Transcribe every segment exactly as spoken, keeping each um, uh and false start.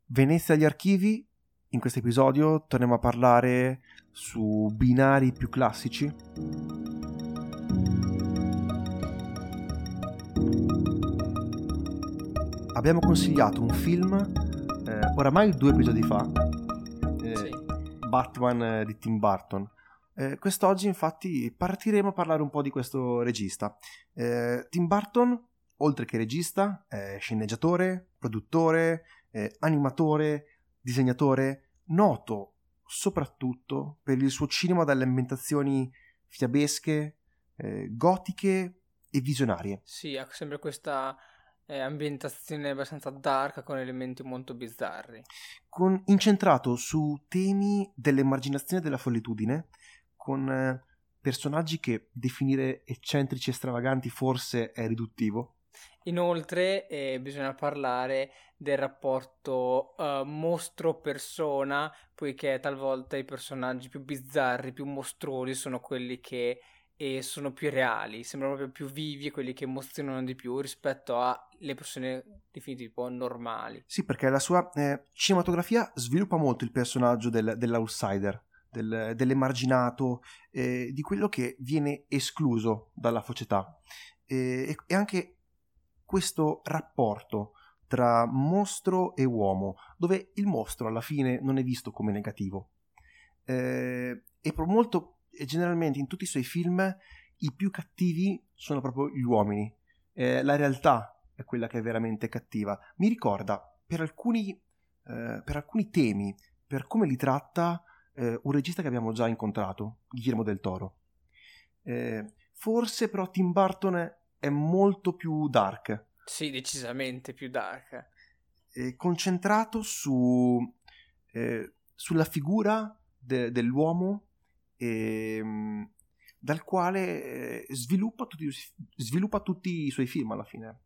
Venezia agli archivi. In questo episodio torniamo a parlare su binari più classici. Abbiamo consigliato un film eh, oramai due episodi fa, eh, Sì. Batman eh, di Tim Burton. Eh, quest'oggi infatti partiremo a parlare un po' di questo regista. Eh, Tim Burton, oltre che regista, è sceneggiatore, produttore, eh, animatore, disegnatore, noto soprattutto per il suo cinema dalle ambientazioni fiabesche, eh, gotiche e visionarie. Sì, ha sempre questa eh, ambientazione abbastanza dark con elementi molto bizzarri. Con, incentrato su temi dell'emarginazione e della solitudine, con eh, personaggi che definire eccentrici e stravaganti forse è riduttivo. Inoltre eh, bisogna parlare del rapporto uh, mostro-persona, poiché talvolta i personaggi più bizzarri, più mostruosi sono quelli che eh, sono più reali, sembrano proprio più vivi e quelli che emozionano di più rispetto alle persone definite tipo normali. Sì, perché la sua eh, cinematografia sviluppa molto il personaggio del, dell'outsider, del, dell'emarginato, eh, di quello che viene escluso dalla società. E, e anche questo rapporto tra mostro e uomo, dove il mostro alla fine non è visto come negativo. Eh, e per molto, e generalmente in tutti i suoi film, i più cattivi sono proprio gli uomini. Eh, la realtà è quella che è veramente cattiva. Mi ricorda, per alcuni, eh, per alcuni temi, per come li tratta, eh, un regista che abbiamo già incontrato, Guillermo del Toro. Eh, forse però Tim Burton è molto più dark. Sì, decisamente più dark. È concentrato su, eh, sulla figura de- dell'uomo e, mh, dal quale eh, sviluppa, tutti, sviluppa tutti i suoi film alla fine.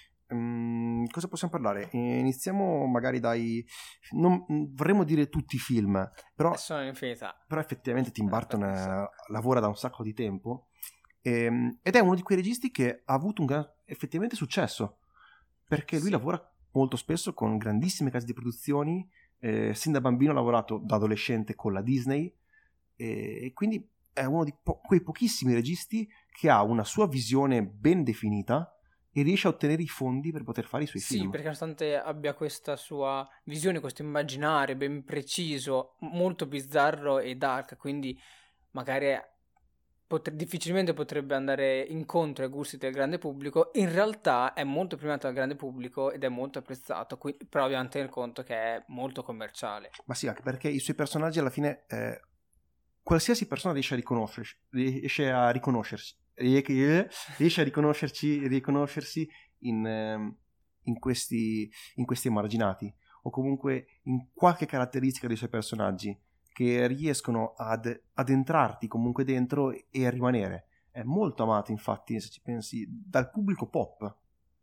Um, cosa possiamo parlare? Iniziamo magari dai... Non, vorremmo dire tutti i film, però, Sono infinità. però effettivamente Tim Burton eh, lavora da un sacco di tempo. Ehm, ed è uno di quei registi che ha avuto un gran, effettivamente successo, perché lui Sì. lavora molto spesso con grandissime case di produzioni, eh, sin da bambino ha lavorato da adolescente con la Disney, e, e quindi è uno di po- quei pochissimi registi che ha una sua visione ben definita e riesce a ottenere i fondi per poter fare i suoi Sì, film. perché nonostante abbia questa sua visione, questo immaginario ben preciso, molto bizzarro e dark, quindi magari potre- difficilmente potrebbe andare incontro ai gusti del grande pubblico, in realtà è molto premiato dal grande pubblico ed è molto apprezzato, qui- però dobbiamo tener conto che è molto commerciale. Ma sì, anche perché i suoi personaggi alla fine, eh, qualsiasi persona riesce a riconoscersi, riesce a riconoscersi, riesce a riconoscerci, riconoscersi in, ehm, in, questi, in questi emarginati, o comunque in qualche caratteristica dei suoi personaggi che riescono ad, ad entrarti comunque dentro e a rimanere. È molto amato, infatti, se ci pensi, dal pubblico pop.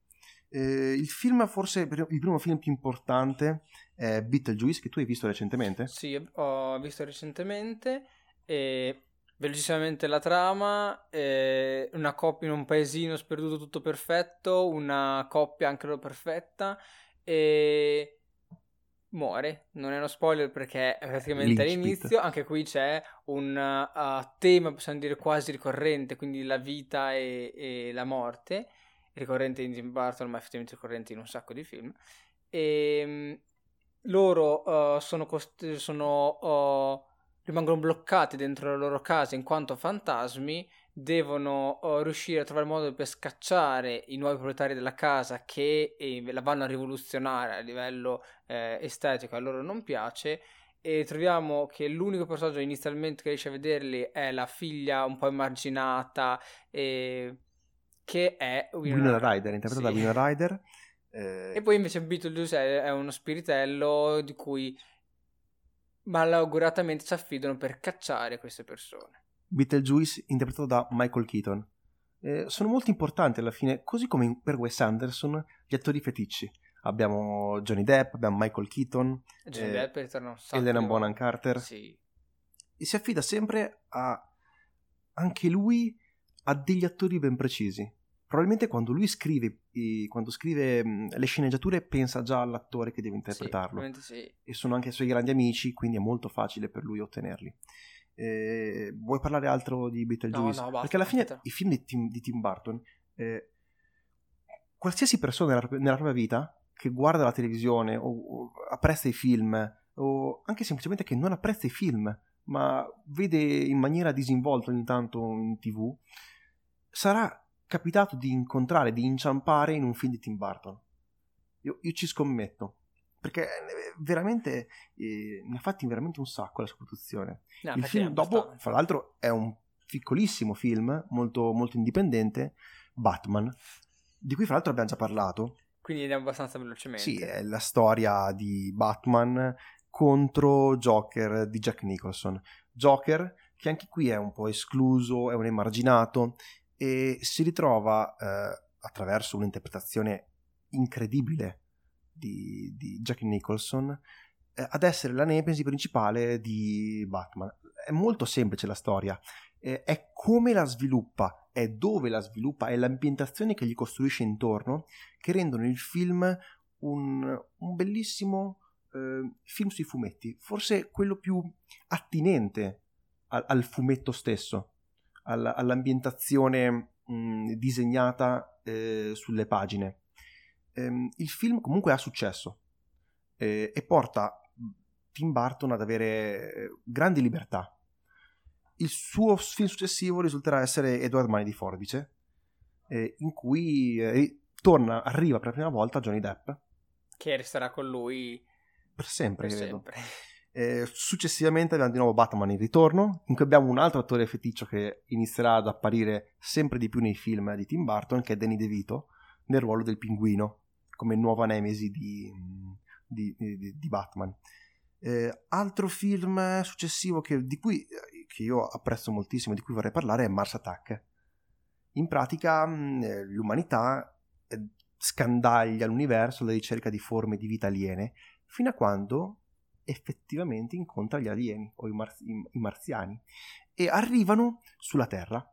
Eh, il film, forse il primo film più importante è Beetlejuice, che tu hai visto recentemente. Sì, ho visto recentemente e velocissimamente la trama, eh, una coppia in un paesino sperduto tutto perfetto, una coppia anche loro perfetta e muore. Non è uno spoiler perché è praticamente L'incipit. all'inizio. Anche qui c'è un uh, tema, possiamo dire, quasi ricorrente, quindi la vita e, e la morte, ricorrente in Tim Burton ma effettivamente ricorrente in un sacco di film. E loro uh, sono, cost- sono uh, rimangono bloccati dentro la loro casa in quanto fantasmi, devono uh, riuscire a trovare il modo per scacciare i nuovi proprietari della casa che eh, la vanno a rivoluzionare a livello eh, estetico, a loro non piace, e troviamo che l'unico personaggio inizialmente che riesce a vederli è la figlia un po' emarginata, eh, che è Winona Ryder, interpretata sì. da Winona Ryder. Eh... E poi invece Beetlejuice è, è uno spiritello di cui malauguratamente si affidano per cacciare queste persone. Beetlejuice interpretato da Michael Keaton. Eh, sono molto importanti alla fine, così come per Wes Anderson, gli attori feticci. Abbiamo Johnny Depp, abbiamo Michael Keaton, Johnny eh, Depp ritorna un sacco Helena di volte. Bonham Carter. Sì. E si affida sempre a anche lui a degli attori ben precisi. Probabilmente quando lui scrive i, quando scrive mh, le sceneggiature pensa già all'attore che deve Sì, interpretarlo, ovviamente sì. e sono anche i suoi grandi amici, quindi è molto facile per lui ottenerli. Eh, vuoi parlare altro di Beetlejuice? No, no, basta, Perché alla fine basta. i film di Tim, di Tim Burton, eh, qualsiasi persona nella, nella propria vita che guarda la televisione o, o apprezza i film, o anche semplicemente che non apprezza i film ma vede in maniera disinvolta ogni tanto in tv, sarà capitato di incontrare, di inciampare in un film di Tim Burton. Io, io ci scommetto, perché veramente eh, ne ha fatti veramente un sacco la sua produzione. No, Il film dopo, fra l'altro, è un piccolissimo film, molto, molto indipendente, Batman, di cui fra l'altro abbiamo già parlato. Quindi andiamo abbastanza velocemente. Sì, è la storia di Batman contro Joker di Jack Nicholson. Joker, che anche qui è un po' escluso, è un emarginato, e si ritrova eh, attraverso un'interpretazione incredibile di, di Jack Nicholson eh, ad essere la nemesi principale di Batman. È molto semplice la storia, eh, è come la sviluppa, è dove la sviluppa, è l'ambientazione che gli costruisce intorno che rendono il film un, un bellissimo eh, film sui fumetti, forse quello più attinente al, al fumetto stesso, all, all'ambientazione mh, disegnata eh, sulle pagine. Ehm, il film comunque ha successo eh, e porta Tim Burton ad avere grandi libertà. Il suo film successivo risulterà essere Edward Mani di Forbice, eh, in cui eh, torna, arriva per la prima volta Johnny Depp, che resterà con lui per sempre, per credo. sempre. Eh, successivamente abbiamo di nuovo Batman in ritorno, in cui abbiamo un altro attore feticcio che inizierà ad apparire sempre di più nei film di Tim Burton, che è Danny DeVito, nel ruolo del Pinguino, come nuova nemesi di, di, di, di Batman. Eh, altro film successivo che, di cui che io apprezzo moltissimo, di cui vorrei parlare, è Mars Attack. In pratica mh, l'umanità eh, scandaglia l'universo alla ricerca di forme di vita aliene, fino a quando effettivamente incontra gli alieni o i, marzi- i marziani e arrivano sulla Terra.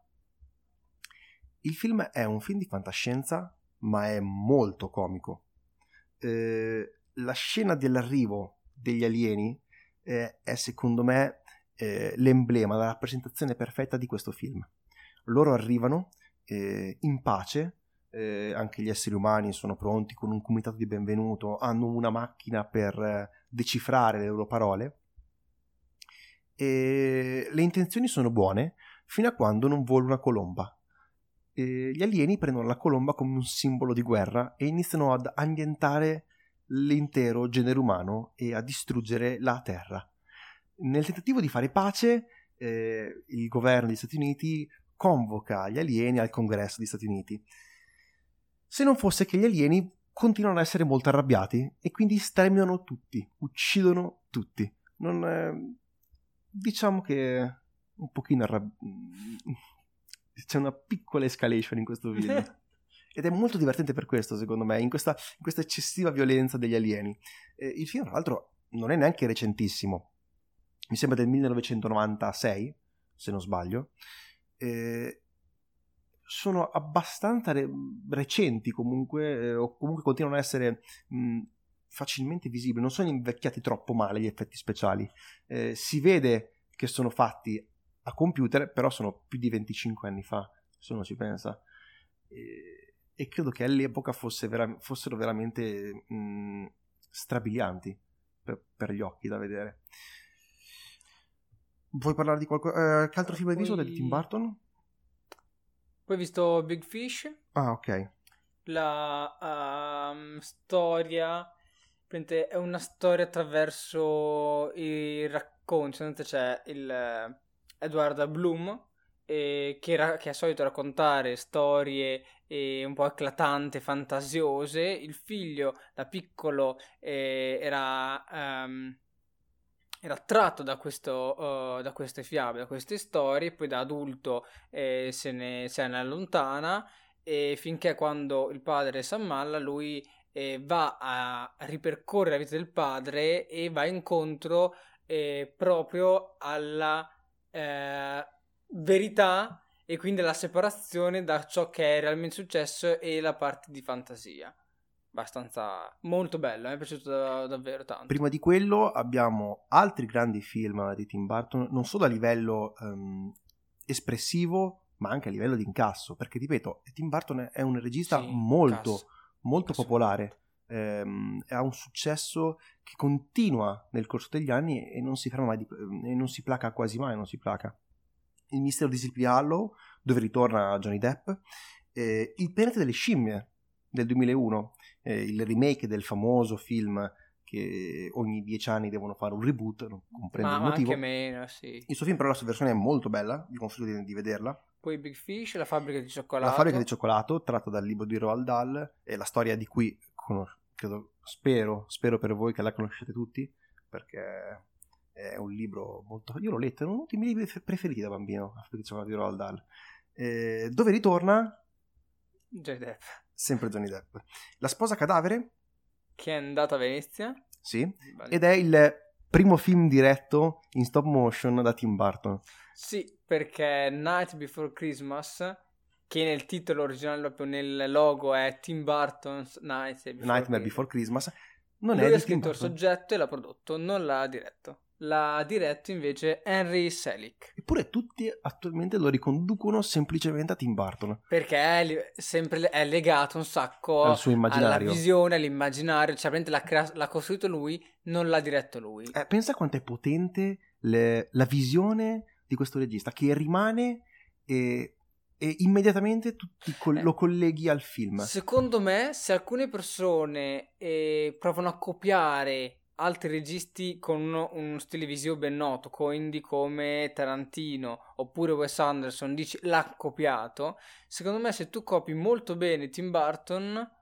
Il film è un film di fantascienza, ma è molto comico. Eh, la scena dell'arrivo degli alieni eh, è secondo me eh, l'emblema, la rappresentazione perfetta di questo film. Loro arrivano eh, in pace, eh, anche gli esseri umani sono pronti con un comitato di benvenuto, hanno una macchina per eh, decifrare le loro parole e le intenzioni sono buone fino a quando non vola una colomba. E gli alieni prendono la colomba come un simbolo di guerra e iniziano ad annientare l'intero genere umano e a distruggere la Terra. Nel tentativo di fare pace, eh, il governo degli Stati Uniti convoca gli alieni al Congresso degli Stati Uniti. Se non fosse che gli alieni continuano ad essere molto arrabbiati e quindi sterminano tutti, uccidono tutti. Non, eh, diciamo che un pochino arrabbiati. C'è una piccola escalation in questo film. Ed è molto divertente per questo, secondo me, in questa, in questa eccessiva violenza degli alieni. Eh, il film, tra l'altro, non è neanche recentissimo. Mi sembra del millenovecentonovantasei, se non sbaglio. Eh, sono abbastanza re- recenti comunque, eh, o comunque continuano ad essere mh, facilmente visibili. Non sono invecchiati troppo male gli effetti speciali. Eh, si vede che sono fatti a computer, però sono più di venticinque anni fa, se uno ci pensa. E, e credo che all'epoca fosse vera- fossero veramente mh, strabilianti per, per gli occhi da vedere. Vuoi parlare di qualcosa? Eh, che altro film hai visto Poi- del Tim Burton? Poi hai visto Big Fish, Ah, ok. la um, storia, praticamente è una storia attraverso i racconti, solamente c'è il eh, Edward Bloom eh, che, ra- che è solito raccontare storie eh, un po' eclatanti, fantasiose. Il figlio da piccolo eh, era... ehm, era attratto da, questo, uh, da queste fiabe, da queste storie, poi da adulto eh, se, ne, se ne allontana e finché quando il padre si ammala lui eh, va a ripercorrere la vita del padre e va incontro eh, proprio alla eh, verità e quindi la separazione da ciò che è realmente successo e la parte di fantasia. Abbastanza molto bello, mi è piaciuto da- davvero tanto. Prima di quello abbiamo altri grandi film di Tim Burton, non solo a livello um, espressivo, ma anche a livello di incasso, perché ripeto, Tim Burton è un regista Sì, molto, cazzo. molto Cazzo. popolare, ehm, ha un successo che continua nel corso degli anni e non si ferma mai, di, e non si placa quasi mai, non si placa. Il mistero di Sleepy Hollow, dove ritorna Johnny Depp, eh, Il pianeta delle scimmie del duemilauno, eh, il remake del famoso film che ogni dieci anni devono fare un reboot, non comprendo Ma, il ma motivo. anche meno, sì. Il suo film però la sua versione è molto bella, vi consiglio di, di vederla. Poi Big Fish, La fabbrica di cioccolato. La fabbrica di cioccolato, tratta dal libro di Roald Dahl, è la storia di cui conos- credo, spero, spero per voi che la conoscete tutti, perché è un libro molto... Io l'ho letto, è uno dei miei libri preferiti da bambino, La fabbrica di cioccolato di Roald Dahl. Eh, dove ritorna... Johnny Depp. Sempre Johnny Depp. La sposa cadavere. Che è andata a Venezia. Sì. Vale. Ed è il primo film diretto in stop motion da Tim Burton. Sì, perché Night Before Christmas, che nel titolo originale, proprio nel logo, è Tim Burton's Night Before Nightmare Christmas. Before Christmas. Non Lui è ha di Tim scritto il Burton. soggetto e l'ha prodotto, non l'ha diretto. L'ha diretto invece Henry Selick. Eppure tutti attualmente lo riconducono semplicemente a Tim Burton. Perché è li- sempre è legato un sacco Al suo immaginario. alla visione, all'immaginario. Cioè, veramente l'ha, crea- l'ha costruito lui, non l'ha diretto lui. Eh, pensa quanto è potente le- la visione di questo regista, che rimane e, e immediatamente tu ti col- Eh. lo colleghi al film. Secondo me, se alcune persone eh, provano a copiare altri registi con uno, uno stile visivo ben noto, quindi come Tarantino oppure Wes Anderson, dici l'ha copiato, secondo me se tu copi molto bene Tim Burton,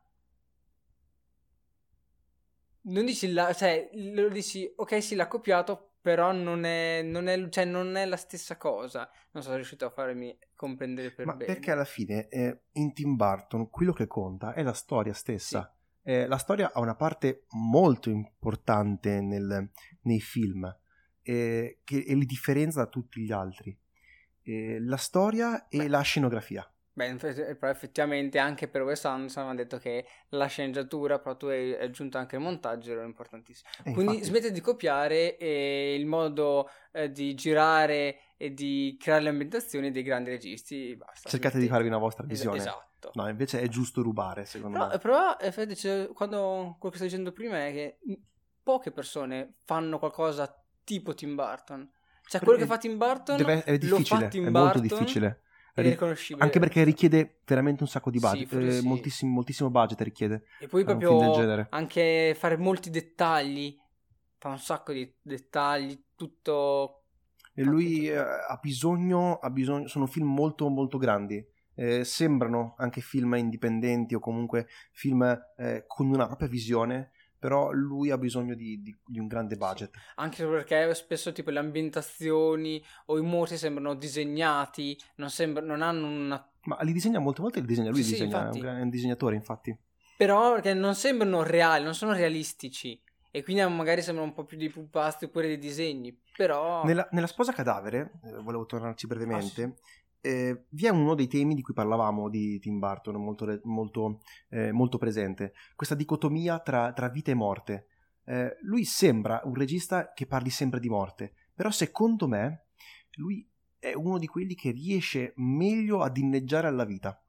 non dici la, cioè, lo dici ok sì l'ha copiato, però non è, non è, cioè, non è la stessa cosa. Non sono riuscito a farmi comprendere per Ma bene. perché alla fine eh, in Tim Burton quello che conta è la storia stessa. Eh, la storia ha una parte molto importante nel- nei film eh, che e li differenzia da tutti gli altri. Eh, la storia e Beh. la scenografia. Beh, inf- però effettivamente anche per Wes Anderson hanno detto che la sceneggiatura, però tu hai aggiunto anche il montaggio, era importantissimo. E Quindi infatti- smette di copiare eh, il modo eh, di girare e di creare le ambientazioni dei grandi registi. Basta, Cercate di smettete. farvi una vostra Es- visione. esatto. No, invece è giusto rubare, secondo Però, me. però effettivamente, quando quello che stai dicendo prima è che poche persone fanno qualcosa tipo Tim Burton. Cioè, quello che fa Tim Burton Deve- è lo difficile, fa Tim è Burton molto difficile. ed è Ri- riconoscibile. Anche perché richiede veramente un sacco di Sì, budget, forse eh, sì. moltissimo, moltissimo budget richiede. E poi fare un film del proprio genere. anche fare molti dettagli, fa un sacco di dettagli, tutto... E lui eh, ha bisogno, ha bisogno, sono film molto molto grandi. Eh, sembrano anche film indipendenti o comunque film eh, con una propria visione, però lui ha bisogno di, di- di un grande budget. Sì. Anche perché spesso tipo le ambientazioni o i mostri sembrano disegnati, non, sembra, non hanno una... Ma li disegna molte volte, li disegna lui, Sì, sì, disegna, è un, infatti. gran- è un disegnatore infatti. Però perché non sembrano reali, non sono realistici. E quindi magari sembrano un po' più dei pupazzi oppure dei disegni. Però... Nella, nella sposa cadavere, eh, volevo tornarci brevemente, Ah, eh, vi è uno dei temi di cui parlavamo di Tim Burton, molto, re- molto, eh, molto presente, questa dicotomia tra, tra vita e morte. Eh, lui sembra un regista che parli sempre di morte, però secondo me lui è uno di quelli che riesce meglio ad inneggiare alla vita.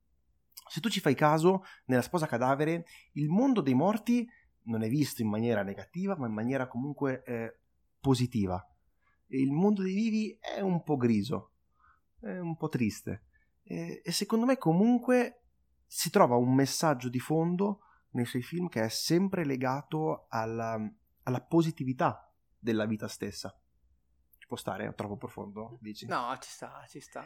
Se tu ci fai caso, nella sposa cadavere, il mondo dei morti non è visto in maniera negativa, ma in maniera comunque eh, positiva. E il mondo dei vivi è un po' griso, è un po' triste. E, e secondo me comunque si trova un messaggio di fondo nei suoi film che è sempre legato alla, alla positività della vita stessa. Ci può stare? È troppo profondo, dici? no, ci sta, ci sta.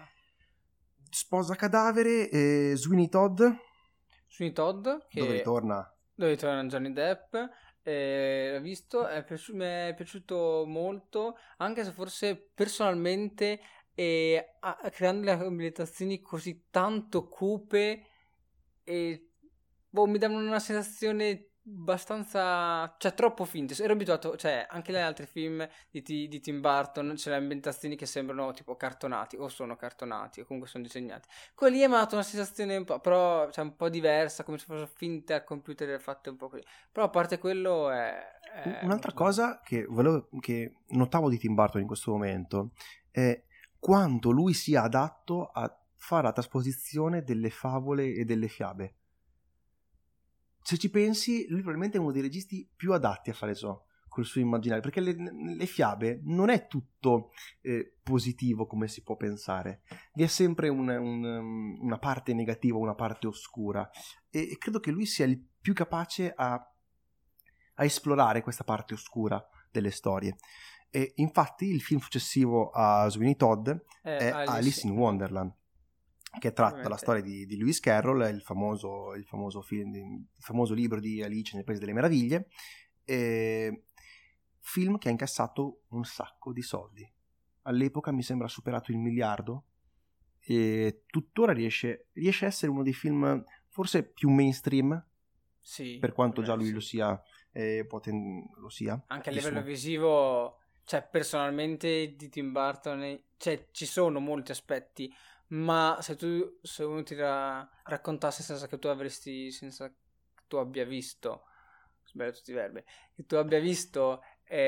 Sposa cadavere, e Sweeney Todd, Sweeney Todd, che... dove ritorna... dove torna Johnny Depp, eh, l'ho visto, è piaciu- mi è piaciuto molto, anche se forse personalmente eh, a- creando le ambientazioni così tanto cupe e boh, mi danno una sensazione abbastanza, cioè troppo finte. Ero abituato, cioè anche negli altri film di, T- di Tim Burton c'è le ambientazioni che sembrano tipo cartonati, o sono cartonati o comunque sono disegnati. Quelli mi ha dato una sensazione un po', però cioè, un po' diversa, come se fossero finte al computer fatte un po' così. Però a parte quello è, è Un'altra molto cosa che, volevo, che notavo di Tim Burton in questo momento è quanto lui sia adatto a fare la trasposizione delle favole e delle fiabe. Se ci pensi, lui probabilmente è uno dei registi più adatti a fare ciò col suo immaginario, perché le, le fiabe non è tutto eh, positivo come si può pensare, vi è sempre un, un, una parte negativa, una parte oscura, e, e credo che lui sia il più capace a, a esplorare questa parte oscura delle storie. E infatti il film successivo a Sweeney Todd Eh, è Alice- Alice in Wonderland, che tratta la Ovviamente. storia di, di Lewis Carroll, il famoso, il famoso film, il famoso libro di Alice nel Paese delle Meraviglie, e film che ha incassato un sacco di soldi. All'epoca mi sembra superato il miliardo e tuttora riesce, riesce a essere uno dei film forse più mainstream, Sì, per quanto già beh, lui sì. lo sia, eh, poten- lo sia. Anche a di livello suo- visivo, cioè personalmente di Tim Burton, eh, cioè ci sono molti aspetti, ma se tu se uno ti ra- raccontasse senza che tu avresti, senza che tu abbia visto, sbaglio tutti i verbi, che tu abbia visto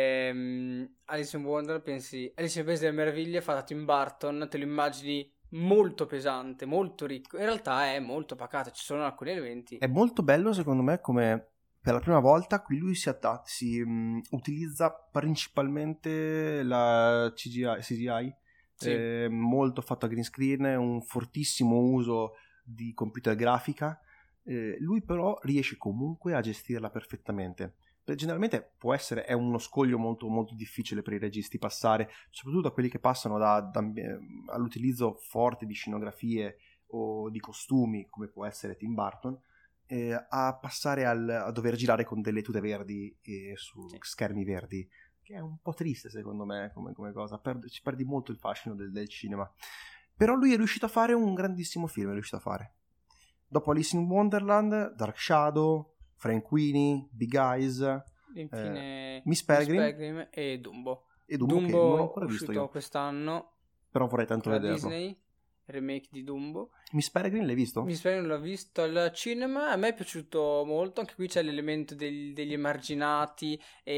ehm, Alice in Wonderland, pensi Alice nel Paese delle Meraviglie fatta da Tim Burton, te lo immagini molto pesante, molto ricco, in realtà è molto pacato, ci sono alcuni elementi. È molto bello secondo me come per la prima volta qui lui si, atta- si mh, utilizza principalmente la C G I, C G I Sì. eh, molto fatto a green screen, un fortissimo uso di computer grafica, eh, lui però riesce comunque a gestirla perfettamente. Perché generalmente può essere, è uno scoglio molto, molto difficile per i registi passare, soprattutto a quelli che passano da, da, all'utilizzo forte di scenografie o di costumi, come può essere Tim Burton, eh, a passare al, a dover girare con delle tute verdi e su Sì. schermi verdi, che è un po' triste secondo me come, come cosa, Perde, ci perdi molto il fascino del, del cinema. Però lui è riuscito a fare un grandissimo film, è riuscito a fare. Dopo Alice in Wonderland, Dark Shadow, Frankenweenie, Big Eyes, Infine eh, Miss Peregrine, Peregrine e Dumbo. e Dumbo, che Dumbo non ho ancora visto uscito io, quest'anno però vorrei tanto la vederlo. Disney, remake di Dumbo. Miss Peregrine l'hai visto? Miss Peregrine l'ho visto al cinema, a me è piaciuto molto, anche qui c'è l'elemento del- degli emarginati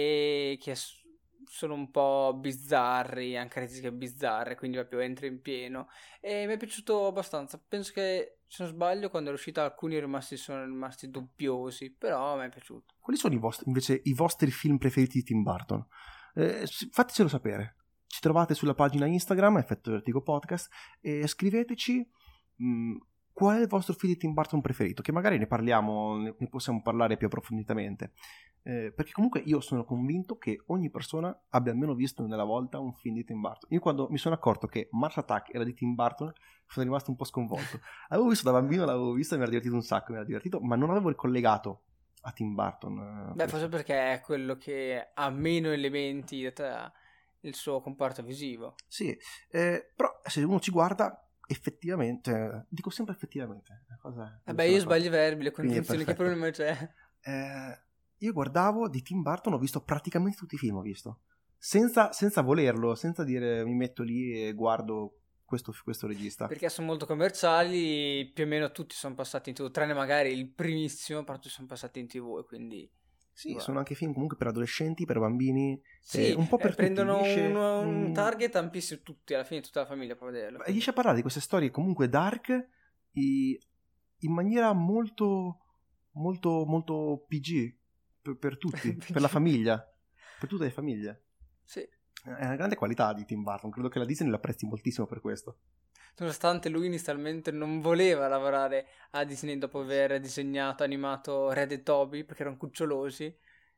e che s- sono un po' bizzarri, anche critiche bizzarre, quindi proprio entra in pieno e mi è piaciuto abbastanza. Penso che, se non sbaglio, quando è uscita alcuni rimasti, sono rimasti dubbiosi, però a me è piaciuto. Quali sono i vostri, invece, i vostri film preferiti di Tim Burton? Eh, fatecelo sapere. Ci trovate sulla pagina Instagram, Effetto Vertigo Podcast, e scriveteci mh, qual è il vostro film di Tim Burton preferito, che magari ne parliamo, ne, ne possiamo parlare più approfonditamente. Eh, perché comunque io sono convinto che ogni persona abbia almeno visto nella volta un film di Tim Burton. Io quando mi sono accorto che Mars Attack era di Tim Burton sono rimasto un po' sconvolto. Avevo visto da bambino, l'avevo visto e mi era divertito un sacco, mi era divertito, ma non avevo il collegato a Tim Burton. Beh, forse perché è quello che ha meno elementi tra il suo comparto visivo. Sì, eh, però se uno ci guarda, effettivamente, dico sempre effettivamente. Cosa, Vabbè, io sbaglio i verbi, le Quindi è congiunzioni, che perfetto. problema c'è? Eh, io guardavo di Tim Burton, ho visto praticamente tutti i film, ho visto. Senza, senza volerlo, senza dire mi metto lì e guardo questo, questo regista. Perché sono molto commerciali, più o meno tutti sono passati in tv, tranne magari il primissimo, però tutti sono passati in tv e quindi... Sì, guarda. sono anche film comunque per adolescenti, per bambini, Sì, eh, un po' per eh, tutti. prendono Riesce, un, un mm, target ampissimo, tutti, alla fine tutta la famiglia può vederlo. quindi. riesce a parlare di queste storie comunque dark i- in maniera molto, molto, molto P G per, per tutti, P G. per la famiglia, per tutte le famiglie. Sì. È una grande qualità di Tim Burton, credo che la Disney lo apprezzi moltissimo per questo. Nonostante lui inizialmente non voleva lavorare a Disney dopo aver disegnato, animato Red e Toby, perché erano cucciolosi.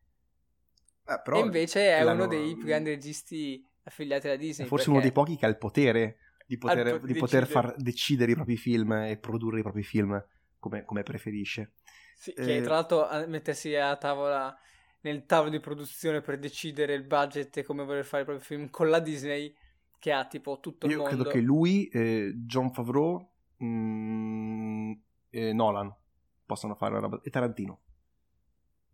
Eh, però E invece è l'hanno- uno dei più grandi registi affiliati alla è Disney. forse perché... uno dei pochi che ha il potere di poter, Al po- di poter decidere. far decidere i propri film e produrre i propri film come, come preferisce. Sì, che Eh, tra l'altro a mettersi a tavola nel tavolo di produzione per decidere il budget e come voler fare i propri film con la Disney, che ha tipo tutto il Io mondo. credo che lui, eh, John Favreau mm, e Nolan possano fare una roba, e Tarantino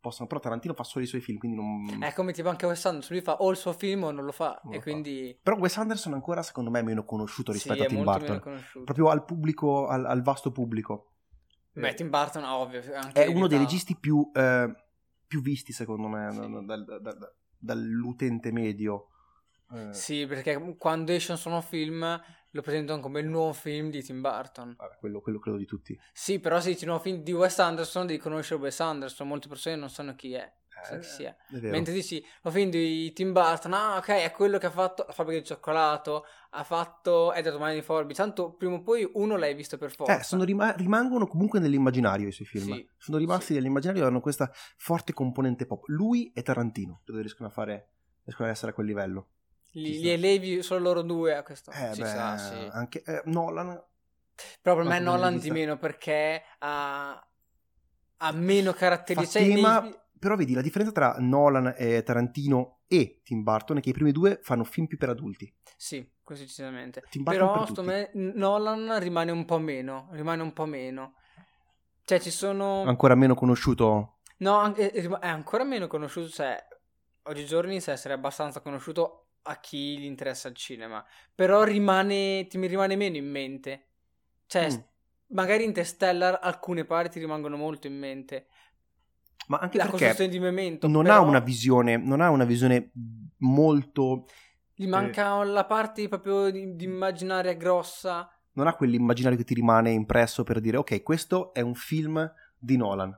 possono, però Tarantino fa solo i suoi film, quindi non... È come tipo anche Wes Anderson, lui fa o il suo film o non lo fa, non e lo quindi... fa. Però Wes Anderson ancora secondo me è meno conosciuto rispetto sì, a Tim è molto Burton. meno conosciuto. Proprio al pubblico, al, al vasto pubblico. Beh, eh, Tim Burton, ovvio, anche è uno dei età... registi più, eh, più visti secondo me Sì. da, da, da, da, dall'utente medio. Eh, sì, perché quando esce sono film lo presentano come il nuovo film di Tim Burton. vabbè, quello, quello credo di tutti. Sì, però se dici nuovo film di Wes Anderson devi conoscere Wes Anderson, molte persone non sanno chi è. Eh, Chi sia. è vero. Mentre dici nuovo film di Tim Burton, ah ok, è quello che ha fatto La fabbrica di cioccolato, ha fatto Edward Mani di Forbi, tanto prima o poi uno l'hai visto per forza. Eh, sono rima- rimangono comunque nell'immaginario i suoi film. Sì, sono rimasti sì. nell'immaginario e hanno questa forte componente pop. Lui e Tarantino credo riescono a fare, riescono ad essere a quel livello. Li, li elevi solo loro due a questo. Eh, Ci beh, sta, sì. anche eh, Nolan. Però per me quanto Nolan viene di vista- meno perché ha, ha meno Fa caratteristiche. tema, Nei- però vedi la differenza tra Nolan e Tarantino e Tim Burton è che i primi due fanno film più per adulti. Sì, questo decisamente. Tim Burton Però per secondo tutti. me Nolan rimane un po' meno, rimane un po' meno. Cioè ci sono... Ancora meno conosciuto. No, anche- è ancora meno conosciuto, cioè oggigiorno inizia a essere abbastanza conosciuto a chi gli interessa il cinema, però rimane, ti mi rimane meno in mente. Cioè, Mm. magari Interstellar alcune parti rimangono molto in mente. Ma anche La perché costruzione di Memento, non però ha una visione, non ha una visione molto, gli manca la parte proprio di, di immaginaria grossa. non ha quell'immaginario che ti rimane impresso per dire ok, questo è un film di Nolan.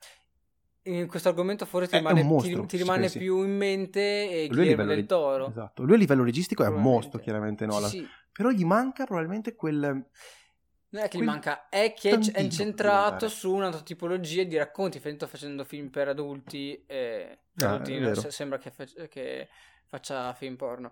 In questo argomento forse ti È- è rimane, un mostro, ti, ti sì, rimane sì. più in mente e Lui a Guillermo livello del reg- Toro. esatto. Lui a livello registico è un Probabilmente. mostro, chiaramente Nolan. Sì, sì. Però gli manca probabilmente quel... Non è che gli quel manca, è che tantino è per incentrato diventare. su un'altra tipologia di racconti. Sto facendo film per adulti e per Ah, adulti è no, vero. se- sembra che, fac- che faccia film porno.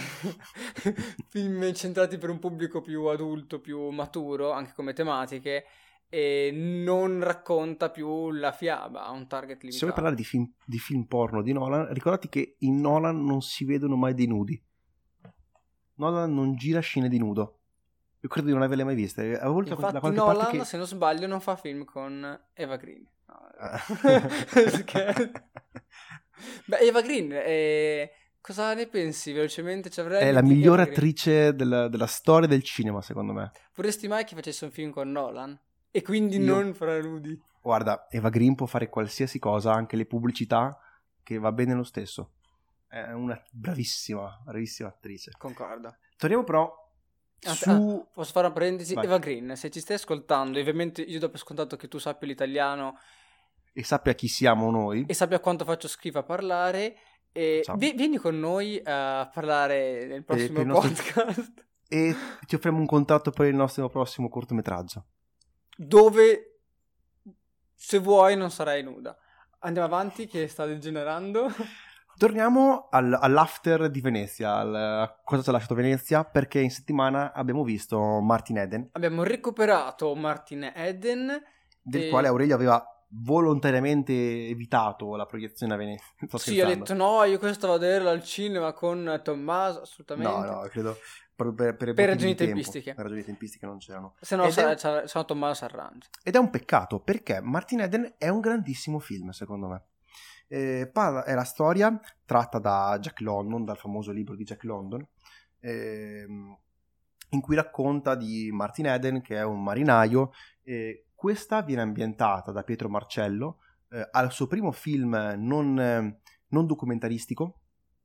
Film incentrati per un pubblico più adulto, più maturo, anche come tematiche, e non racconta più la fiaba a un target Se vuoi limitato. parlare di film, di film porno di Nolan, ricordati che in Nolan non si vedono mai dei nudi. Nolan non gira scene di nudo. Io credo di non averle mai viste. Avevo voluto da Infatti qualche Nolan, parte che... se non sbaglio, non fa film con Eva Green. No, Ah. scherzo. Beh, Eva Green, eh, cosa ne pensi velocemente? Ci avrei È la di migliore Eva Green? attrice della, della storia del cinema, secondo me. Vorresti mai che facesse un film con Nolan? E quindi Io- non fra nudi? Guarda, Eva Green può fare qualsiasi cosa, anche le pubblicità, che va bene lo stesso. È una bravissima, bravissima attrice. Concordo. Torniamo però Anzi, su... ah, posso fare una parentesi? Vai. Eva Green, se ci stai ascoltando, e ovviamente io do per scontato che tu sappia l'italiano E sappia chi siamo noi. e sappia quanto faccio schifo a parlare, e Ciao. vi- vieni con noi a parlare nel prossimo per i nostri- podcast. E ti offriamo un contratto per il nostro prossimo cortometraggio. Dove se vuoi non sarai nuda. Andiamo avanti che sta degenerando. Torniamo al- all'after di Venezia, al, a cosa ci ha lasciato Venezia, perché in settimana abbiamo visto Martin Eden, Abbiamo recuperato Martin Eden, del E- quale Aurelio aveva volontariamente evitato la proiezione a Venezia. Sto sì, ha scherzando. detto no, io questo vado a vederlo al cinema con Tommaso, assolutamente. No, no, credo proprio per, per, Per motivi ragioni di tempo. tempistiche. Per ragioni tempistiche non c'erano. Se no, Ed sa- è- sa- se no Tommaso si arrangia. Ed è un peccato perché Martin Eden è un grandissimo film, secondo me. Eh, parla- è la storia tratta da Jack London, dal famoso libro di Jack London, ehm, in cui racconta di Martin Eden, che è un marinaio. E questa viene ambientata da Pietro Marcello eh, al suo primo film non, eh, non documentaristico,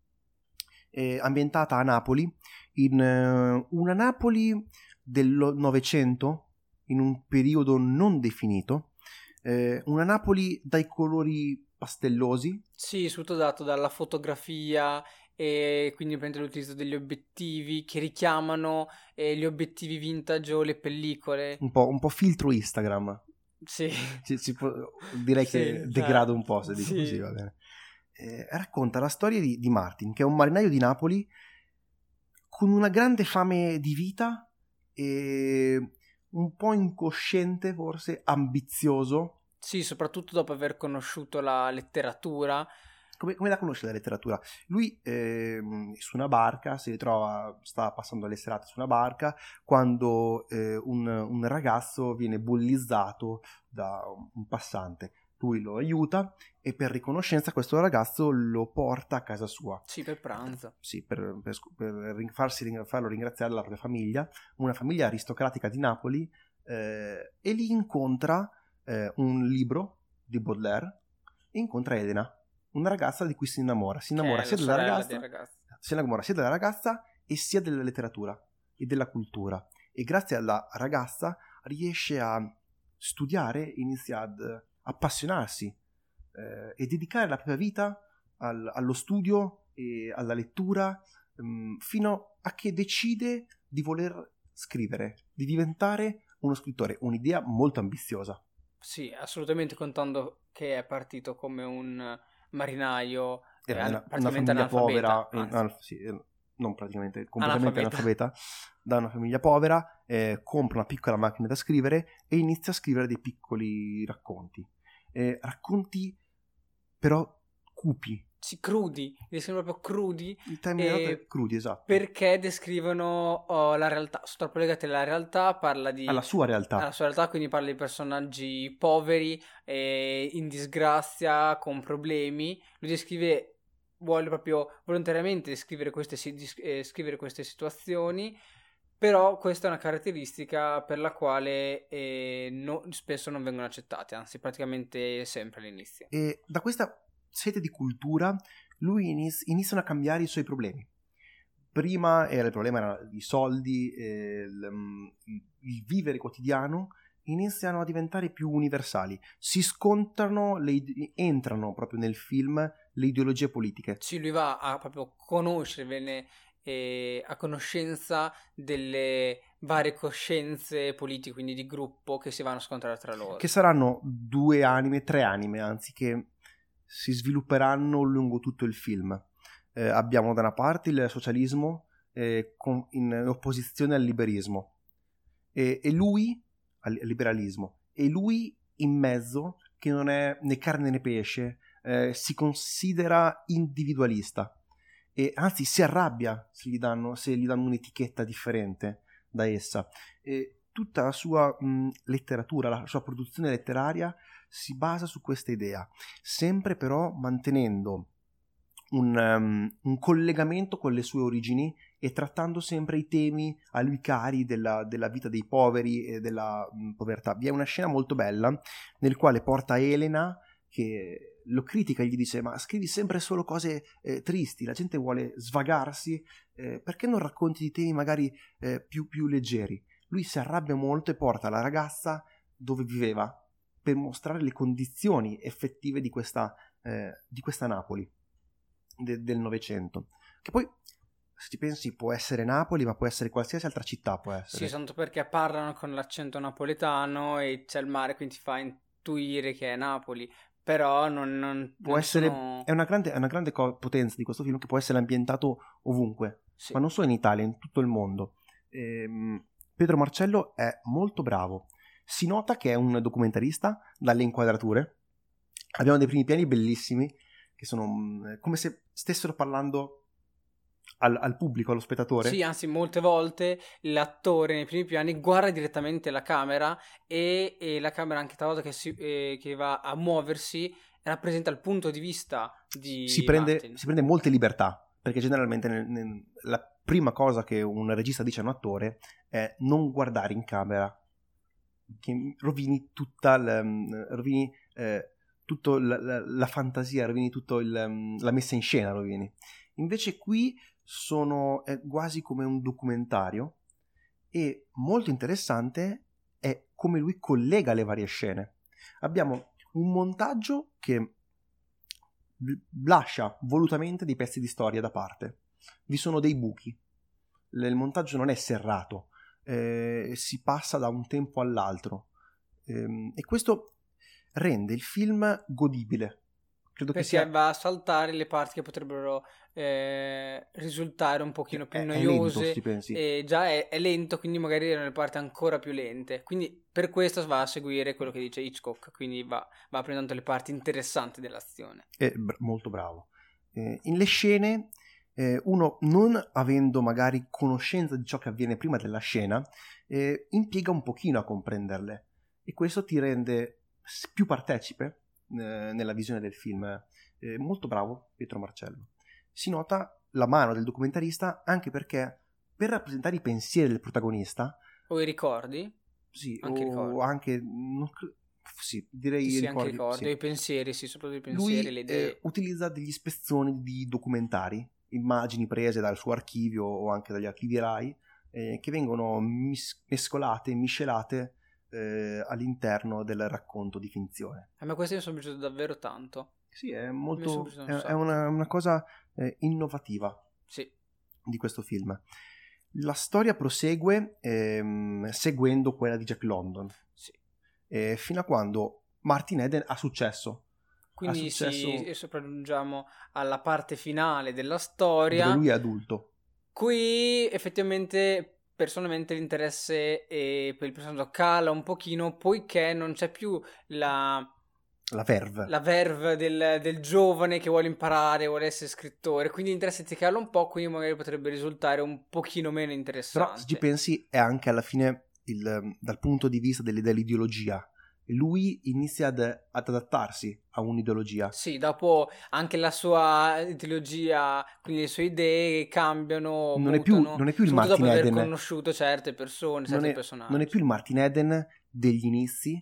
eh, ambientata a Napoli, in eh, una Napoli del Novecento, in un periodo non definito, eh, una Napoli dai colori pastellosi, Sì, soprattutto dato dalla fotografia e quindi prende l'utilizzo degli obiettivi che richiamano eh, gli obiettivi vintage o le pellicole. un po', un po' filtro Instagram. Sì. Si- si può- direi Sì, che cioè, degrado un po' se dico sì. così, va bene. Eh, racconta la storia di, di Martin, che è un marinaio di Napoli con una grande fame di vita e un po' incosciente, forse ambizioso. Sì, soprattutto dopo aver conosciuto la letteratura. Come, come la conosce la letteratura? Lui ehm, su una barca si ritrova, sta passando le serate su una barca quando eh, un, un ragazzo viene bullizzato da un passante. lui lo aiuta e per riconoscenza questo ragazzo lo porta a casa sua. Sì, per pranzo. Sì, per, per, per farsi, farlo ringraziare la propria famiglia, una famiglia aristocratica di Napoli, eh, e lì incontra eh, un libro di Baudelaire e incontra Elena, una ragazza di cui si innamora. Si innamora sia della ragazza, si innamora sia della ragazza e sia della letteratura e della cultura. E grazie alla ragazza riesce a studiare, inizia ad appassionarsi eh, e dedicare la propria vita al, allo studio e alla lettura, um, fino a che decide di voler scrivere, di diventare uno scrittore, un'idea molto ambiziosa. Sì, assolutamente, contando che è partito come un marinaio, era eh, una, praticamente una famiglia analfabeta, povera, anf- sì, non praticamente, completamente analfabeta, analfabeta, da una famiglia povera, eh, compra una piccola macchina da scrivere e inizia a scrivere dei piccoli racconti. Eh, racconti però cupi. Sì, crudi, descrivono proprio crudi. Il termine è crudi, esatto. Perché descrivono oh, la realtà, sono troppo legati alla realtà, parla di... alla sua realtà. Alla sua realtà, quindi parla di personaggi poveri, eh, in disgrazia, con problemi. Lui descrive... vuole proprio volontariamente descrivere queste, eh, scrivere queste situazioni, però questa è una caratteristica per la quale eh, no, spesso non vengono accettate, anzi praticamente sempre all'inizio. E da questa sete di cultura lui iniz- iniziano a cambiare i suoi problemi. Prima era il problema era i soldi, eh, il, il vivere quotidiano, iniziano a diventare più universali, si scontrano, le, entrano proprio nel film le ideologie politiche. Sì, lui va a proprio conoscere, eh, a conoscenza delle varie coscienze politiche, quindi di gruppo, che si vanno a scontrare tra loro. Che saranno due anime, tre anime, anzi, che si svilupperanno lungo tutto il film. Eh, abbiamo da una parte il socialismo eh, con, in opposizione al liberismo, e, e lui al liberalismo, e lui in mezzo, che non è né carne né pesce, eh, si considera individualista e anzi si arrabbia se gli danno, se gli danno un'etichetta differente da essa. E tutta la sua mh, letteratura, la sua produzione letteraria si basa su questa idea, sempre però mantenendo un, um, un collegamento con le sue origini e trattando sempre i temi a lui cari della, della vita dei poveri e della mh, povertà. Vi è una scena molto bella nel quale porta Elena, che lo critica e gli dice: ma scrivi sempre solo cose eh, tristi, la gente vuole svagarsi, eh, perché non racconti di temi magari eh, più, più leggeri? Lui si arrabbia molto e porta la ragazza dove viveva per mostrare le condizioni effettive di questa, eh, di questa Napoli de- del Novecento, che poi, se ci pensi, può essere Napoli, ma può essere qualsiasi altra città, può essere. Sì, tanto perché parlano con l'accento napoletano e c'è il mare, quindi ti fa intuire che è Napoli, però non, non può non essere sono... è una grande, è una grande co- potenza di questo film, che può essere ambientato ovunque, Sì. ma non solo in Italia, in tutto il mondo. Ehm, Pedro Marcello è molto bravo. Si nota che è un documentarista dalle inquadrature. Abbiamo dei primi piani bellissimi che sono mh, come se stessero parlando al, al pubblico, allo spettatore. Sì, anzi molte volte l'attore nei primi piani guarda direttamente la camera e, e la camera anche talvolta che, si, eh, che va a muoversi rappresenta il punto di vista di si prende, Martin. si prende molte libertà, perché generalmente nel, nel, la prima cosa che un regista dice a un attore è non guardare in camera, che rovini tutta la, rovini eh, tutto la, la, la fantasia, rovini tutto il, la messa in scena, rovini. Invece qui sono è quasi come un documentario, e molto interessante è come lui collega le varie scene. Abbiamo un montaggio che lascia volutamente dei pezzi di storia da parte, vi sono dei buchi, il montaggio non è serrato, eh, si passa da un tempo all'altro, eh, e questo rende il film godibile. Credo perché che sia... va a saltare le parti che potrebbero eh, risultare un pochino più è, noiose, è lento, si pensi. E già è, è lento, quindi magari erano le parti ancora più lente, quindi per questo va a seguire quello che dice Hitchcock, quindi va, va prendendo le parti interessanti dell'azione. È br- molto bravo. Eh, in le scene eh, uno, non avendo magari conoscenza di ciò che avviene prima della scena, eh, impiega un pochino a comprenderle, e questo ti rende più partecipe eh, nella visione del film. Eh, molto bravo Pietro Marcello. Si nota la mano del documentarista anche perché per rappresentare i pensieri del protagonista o i ricordi, sì, anche o ricordi. anche non, sì, direi sì, i ricordi, ricordi, anche ricordi, sì. i pensieri, sì, soprattutto i pensieri, lui le idee. Eh, utilizza degli spezzoni di documentari, immagini prese dal suo archivio o anche dagli archivi Rai, eh, che vengono mis- mescolate, miscelate eh, all'interno del racconto di finzione. A me questi mi sono piaciuti davvero tanto. Sì, è Mi molto sono piaciuti un è, è sacco. una, una cosa eh, innovativa Sì. di questo film. La storia prosegue ehm, seguendo quella di Jack London, Sì. eh, fino a quando Martin Eden ha successo. Quindi ha successo sì, sopraggiungiamo alla parte finale della storia, dove lui è adulto. Qui effettivamente personalmente l'interesse eh, per il personaggio cala un pochino, poiché non c'è più la la verve, la verve del, del giovane che vuole imparare, vuole essere scrittore, quindi l'interesse ti cala un po', quindi magari potrebbe risultare un pochino meno interessante. Però se ci pensi è anche alla fine il, dal punto di vista delle, dell'ideologia, lui inizia ad, ad adattarsi a un'ideologia. Sì, dopo anche la sua ideologia, quindi le sue idee cambiano, non mutano, è più, non è più il soprattutto Martin dopo aver Eden, conosciuto certe persone, certi non è, personaggi. non è più il Martin Eden degli inizi,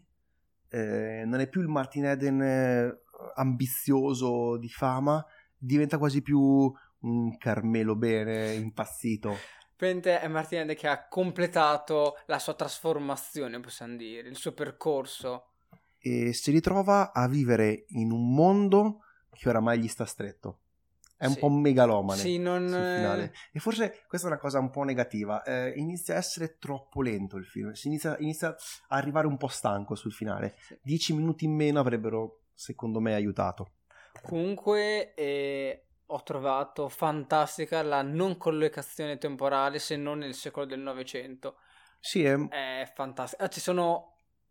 eh, non è più il Martin Eden eh, ambizioso di fama, diventa quasi più un Carmelo Bene impazzito. Praticamente è Martin Eden che ha completato la sua trasformazione, possiamo dire, il suo percorso. E si ritrova a vivere in un mondo che oramai gli sta stretto. È un sì. po' megalomane sì, non... sul finale. E forse questa è una cosa un po' negativa. Eh, inizia a essere troppo lento il film. Si inizia, inizia a arrivare un po' stanco sul finale. Sì. Dieci minuti in meno avrebbero, secondo me, aiutato. Comunque... Eh... ho trovato fantastica la non collocazione temporale se non nel secolo del Novecento. Sì, è, è fantastica. Ah, ci sono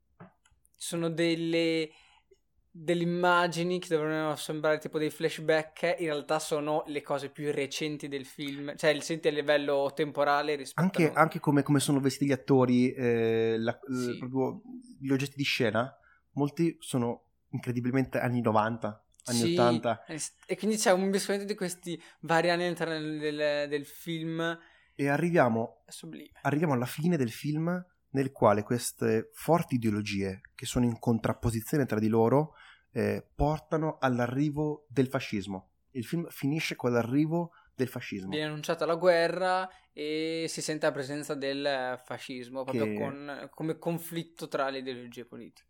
ci sono delle delle immagini che dovrebbero sembrare tipo dei flashback, in realtà sono le cose più recenti del film, cioè il senti a livello temporale rispetto anche, a anche come, come sono vestiti gli attori, eh, la, sì. proprio gli oggetti di scena, molti sono incredibilmente anni novanta. Anni sì, ottanta. E quindi c'è un mescolamento di questi vari anni all'interno del, del film. E arriviamo, sublime. arriviamo alla fine del film nel quale queste forti ideologie che sono in contrapposizione tra di loro eh, portano all'arrivo del fascismo. Il film finisce con l'arrivo del fascismo. Viene annunciata la guerra e si sente la presenza del fascismo proprio che... con, come conflitto tra le ideologie politiche.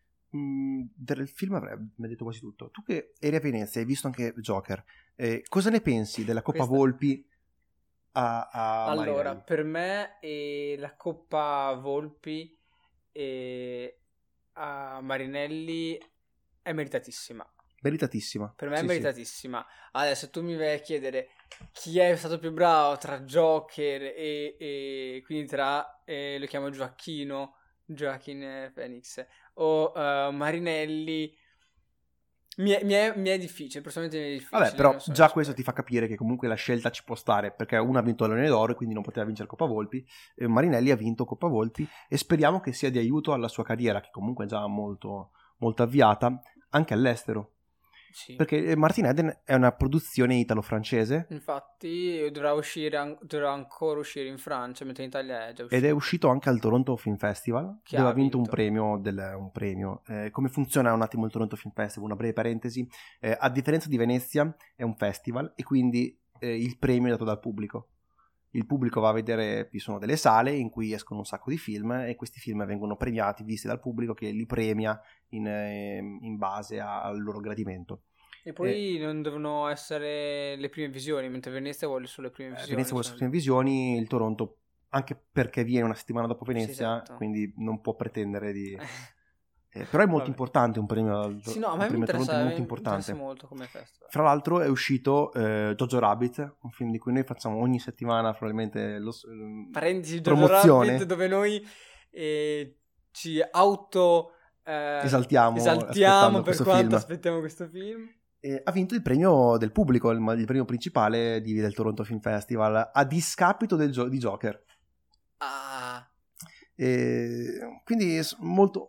Del film avrei detto quasi tutto. Tu che eri a Venezia, hai visto anche Joker, eh, cosa ne pensi della Coppa Questa... Volpi a, a allora Marinelli? per me eh, la Coppa Volpi eh, a Marinelli è meritatissima. Meritatissima. Per me sì, è meritatissima. Sì. Adesso tu mi vai a chiedere chi è stato più bravo tra Joker e, e quindi tra eh, lo chiamo Gioacchino Joaquin Phoenix o uh, Marinelli. Mi è, mi, è, mi è difficile, personalmente mi è difficile. Vabbè, però già rispetto. Questo ti fa capire che comunque la scelta ci può stare, perché uno ha vinto il Leone d'Oro e quindi non poteva vincere Coppa Volpi, e Marinelli ha vinto Coppa Volpi e speriamo che sia di aiuto alla sua carriera, che comunque è già molto, molto avviata, anche all'estero. Sì. Perché Martin Eden è una produzione italo-francese. Infatti dovrà uscire, dovrà ancora uscire in Francia, mentre in Italia è già uscito. Ed è uscito anche al Toronto Film Festival, che dove ha ha vinto, vinto un premio. Del, un premio. Eh, come funziona un attimo il Toronto Film Festival? Una breve parentesi. Eh, a differenza di Venezia è un festival e quindi eh, il premio è dato dal pubblico. Il pubblico va a vedere, vi sono delle sale in cui escono un sacco di film e questi film vengono premiati, visti dal pubblico che li premia in, eh, in base a, al loro gradimento. E poi eh, non devono essere le prime visioni, mentre Venezia vuole solo le prime visioni. Venezia vuole solo le prime visioni, il Toronto, anche perché viene una settimana dopo Venezia, sì, esatto. Quindi non può pretendere di... eh, però è molto Vabbè. importante un premio, sì, no, un a me premio mi Toronto è molto mi importante. molto come festival. Fra l'altro è uscito eh, Jojo Rabbit, un film di cui noi facciamo ogni settimana probabilmente lo, Parentesi, promozione. Jojo Rabbit, dove noi eh, ci auto... Eh, esaltiamo, esaltiamo per quanto film. aspettiamo questo film. E ha vinto il premio del pubblico, il, il premio principale di, del Toronto Film Festival, a discapito del gio- di Joker. Ah. E quindi molto,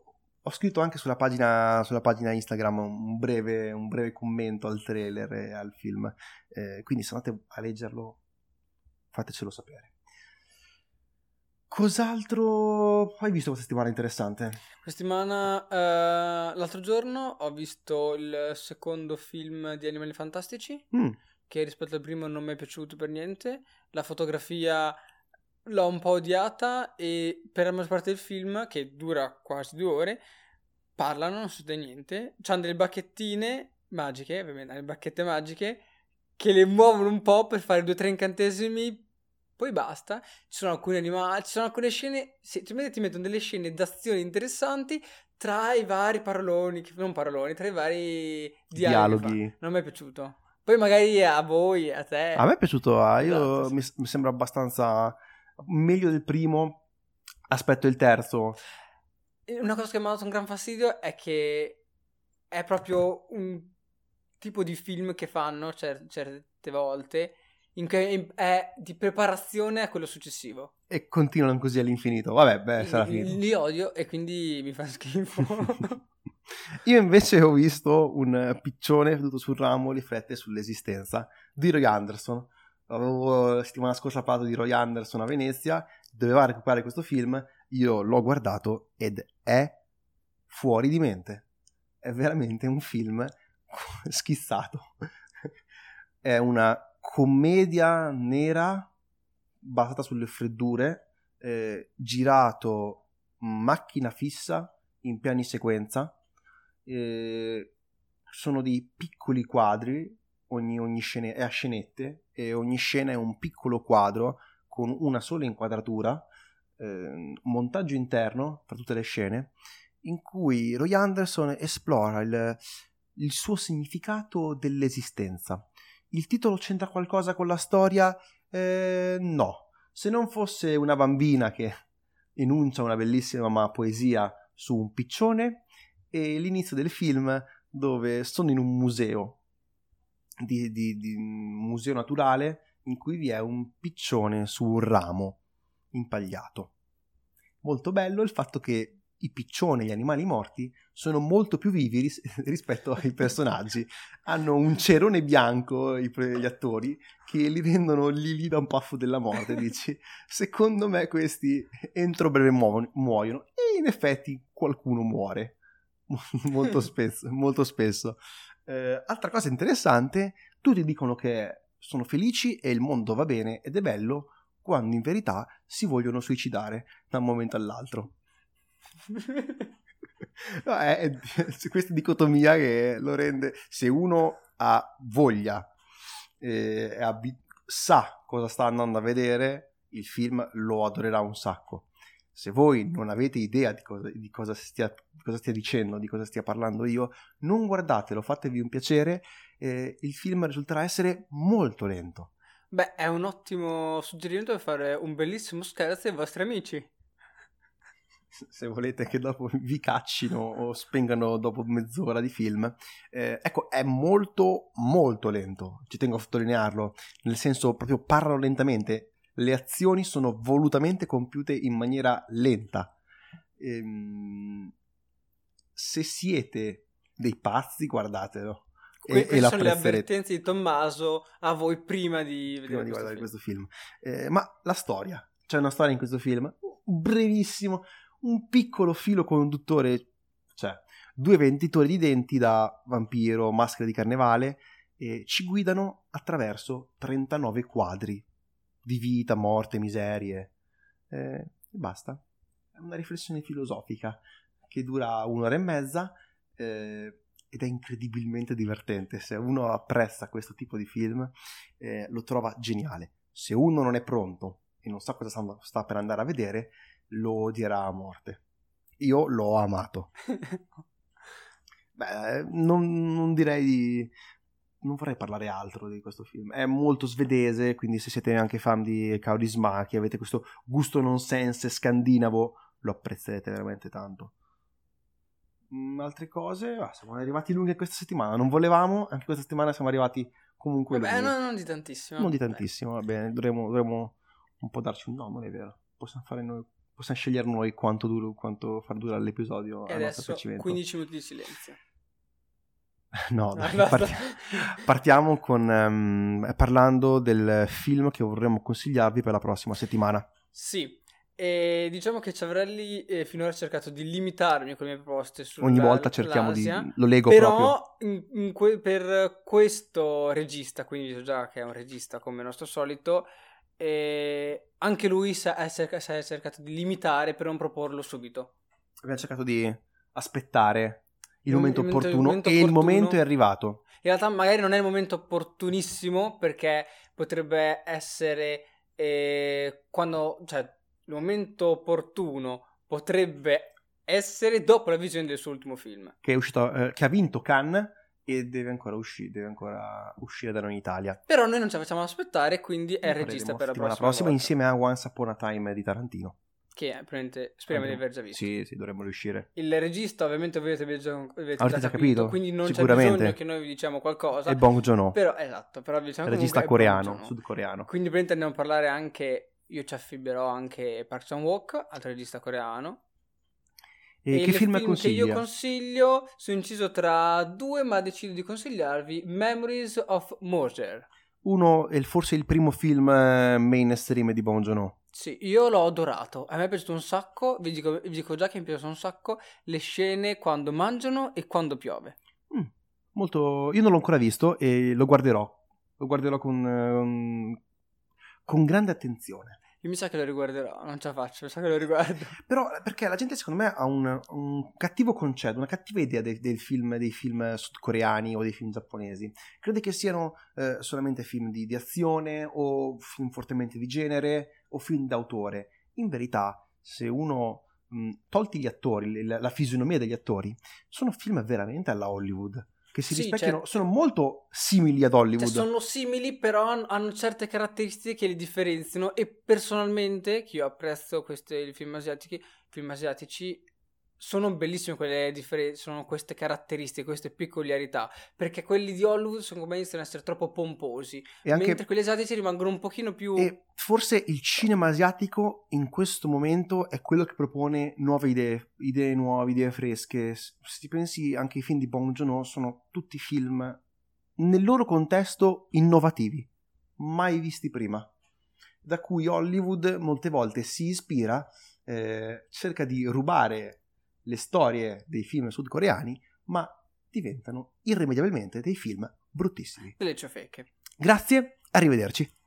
ho scritto anche sulla pagina, sulla pagina Instagram un breve, un breve commento al trailer e al film, eh, quindi se andate a leggerlo fatecelo sapere. Cos'altro hai visto questa settimana interessante? Questa settimana, eh, l'altro giorno ho visto il secondo film di Animali Fantastici, Mm. che rispetto al primo non mi è piaciuto per niente. La fotografia l'ho un po' odiata e per la maggior parte del film, che dura quasi due ore, parlano, non succede niente. C'hanno delle bacchettine magiche, ovviamente, le bacchette magiche, che le muovono un po' per fare due o tre incantesimi, poi basta. Ci sono alcuni animali, ci sono alcune scene, sì, ti mettono delle scene d'azione interessanti tra i vari paroloni, che- non paroloni, tra i vari dialoghi, che Dialoghi. fa. Non mi è piaciuto. Poi magari a voi, a te. A me è piaciuto, ah, io Esatto, sì. mi, mi sembra abbastanza meglio del primo. Aspetto il terzo. E una cosa che mi ha dato un gran fastidio è che è proprio un tipo di film che fanno cer- certe volte in cui è di preparazione a quello successivo. E continuano così all'infinito. Vabbè, beh, sarà Li, finito. li odio e quindi mi fa schifo. Io invece ho visto un piccione venuto sul ramo riflette sull'esistenza di Roy Anderson. Avevo la settimana scorsa parlato di Roy Anderson a Venezia, doveva recuperare questo film, io l'ho guardato ed è fuori di mente. È veramente un film schizzato. È una commedia nera basata sulle freddure, eh, girato macchina fissa in piani sequenza. Eh, sono dei piccoli quadri, ogni, ogni scena è a scenette e ogni scena è un piccolo quadro con una sola inquadratura, eh, montaggio interno tra tutte le scene, in cui Roy Anderson esplora il, il suo significato dell'esistenza. Il titolo c'entra qualcosa con la storia? Eh, no. Se non fosse una bambina che enuncia una bellissima poesia su un piccione e l'inizio del film dove sono in un museo, di, di, di un museo naturale in cui vi è un piccione su un ramo impagliato. Molto bello il fatto che i piccioni, gli animali morti, sono molto più vivi ris- rispetto ai personaggi. Hanno un cerone bianco i, gli attori che li rendono lì lì da un paffo della morte. Dici, secondo me questi entro breve muo- muoiono e in effetti qualcuno muore molto spesso. Molto spesso. Eh, altra cosa interessante, tutti dicono che sono felici e il mondo va bene ed è bello, quando in verità si vogliono suicidare da un momento all'altro. No, è, è, è questa dicotomia che lo rende, se uno ha voglia e eh, abbi- sa cosa sta andando a vedere, il film lo adorerà un sacco. Se voi non avete idea di cosa, di cosa, stia, di cosa stia dicendo, di cosa stia parlando io, non guardatelo, fatevi un piacere, eh, il film risulterà essere molto lento. Beh, è un ottimo suggerimento per fare un bellissimo scherzo ai vostri amici. Se volete che dopo vi caccino o spengano dopo mezz'ora di film, eh, ecco, è molto molto lento, ci tengo a sottolinearlo, nel senso proprio parlano lentamente, le azioni sono volutamente compiute in maniera lenta. Ehm, se siete dei pazzi, guardatelo. Que- E, e queste sono le l'apprezzerete avvertenze di Tommaso a voi prima di prima vedere di questo guardare film. questo film. Eh, ma la storia, c'è una storia in questo film, brevissimo, un piccolo filo conduttore, cioè due venditori di denti da vampiro, maschera di carnevale, e ci guidano attraverso trentanove quadri di vita, morte, miserie, eh, e basta. È una riflessione filosofica che dura un'ora e mezza, eh, ed è incredibilmente divertente. Se uno apprezza questo tipo di film, eh, lo trova geniale. Se uno non è pronto e non sa cosa sta, sta per andare a vedere, lo odierà a morte. Io l'ho amato. Beh, non, non direi di... non vorrei parlare altro di questo film. È molto svedese, quindi se siete anche fan di Kaurismäki, avete questo gusto nonsense scandinavo, lo apprezzerete veramente tanto. Mm, altre cose, ah, siamo arrivati lunghi questa settimana, non volevamo, anche questa settimana siamo arrivati comunque Vabbè, lunghi. no, non di tantissimo. Non di Beh. tantissimo, va bene, dovremmo, dovremmo un po' darci un no, non è vero, possiamo fare noi possiamo scegliere noi quanto, duro, quanto far durare l'episodio. E adesso quindici minuti di silenzio. No, dai, parti- partiamo con um, parlando del film che vorremmo consigliarvi per la prossima settimana. Sì, e diciamo che Ciavrelli eh, finora ha cercato di limitarmi con le mie proposte sulla ogni volta cerchiamo l'Asia, di lo leggo però proprio in, in que- per questo regista, quindi so già che è un regista come il nostro solito, eh, anche lui sa- ha cerca- si è cercato di limitare per non proporlo subito. abbiamo cercato di aspettare il Il momento momento- il opportuno momento e il opportuno. momento è arrivato. In realtà magari non è il momento opportunissimo, perché potrebbe essere eh, quando, cioè il momento opportuno potrebbe essere dopo la visione del suo ultimo film. Che è uscito, eh, che ha vinto Cannes e deve ancora uscire, deve ancora uscire da noi in Italia. Però noi non ci facciamo aspettare, quindi è il Lo regista faremo per la settimana prossima, prossima volta, insieme a Once Upon a Time di Tarantino. che è, probabilmente, speriamo di Andremo- aver già visto. Sì, sì, dovremmo riuscire. Il regista ovviamente avete già, avete Avrete già già capito, capito? quindi non c'è Sicuramente. bisogno che noi vi diciamo qualcosa. E Bong Joon-ho, Però, esatto, però vi diciamo regista comunque è Bong coreano, Joon-ho. sudcoreano. Quindi praticamente andiamo a parlare anche, io ci affibberò anche Park Chan-wook, altro regista coreano. E, che il film, film consiglia? che io consiglio, sono inciso tra due, ma decido di consigliarvi Memories of Murder. Uno è forse il primo film eh, mainstream di Bong Joon-ho. Sì, io l'ho adorato, a me è piaciuto un sacco, vi dico, vi dico già che mi piacciono un sacco le scene quando mangiano e quando piove. Mm, molto. Io non l'ho ancora visto e lo guarderò. Lo guarderò con, ehm, con grande attenzione. Io mi sa che lo riguarderò, non ce la faccio, mi sa che lo riguardo. Però perché la gente secondo me ha un, un cattivo concetto, una cattiva idea del, del film, dei film sudcoreani o dei film giapponesi. Crede che siano eh, solamente film di, di azione o film fortemente di genere o film d'autore. In verità, se uno mh, tolti gli attori, la, la fisionomia degli attori, sono film veramente alla Hollywood, che si Sì, rispecchiano, certo. sono molto simili ad Hollywood. Cioè, sono simili, però han- hanno certe caratteristiche che li differenziano, e personalmente, che io apprezzo questi film asiatici, film asiatici, sono bellissime quelle differenze, sono queste caratteristiche, queste peculiarità, perché quelli di Hollywood sono come iniziano ad essere troppo pomposi, E anche- mentre quelli asiatici rimangono un pochino più... E forse il cinema asiatico in questo momento è quello che propone nuove idee, idee nuove, idee fresche. Se ti pensi, anche i film di Bong Joon-ho sono tutti film nel loro contesto innovativi, mai visti prima, da cui Hollywood molte volte si ispira, eh, cerca di rubare le storie dei film sudcoreani, ma diventano irrimediabilmente dei film bruttissimi. delle ciofeche. Grazie, arrivederci.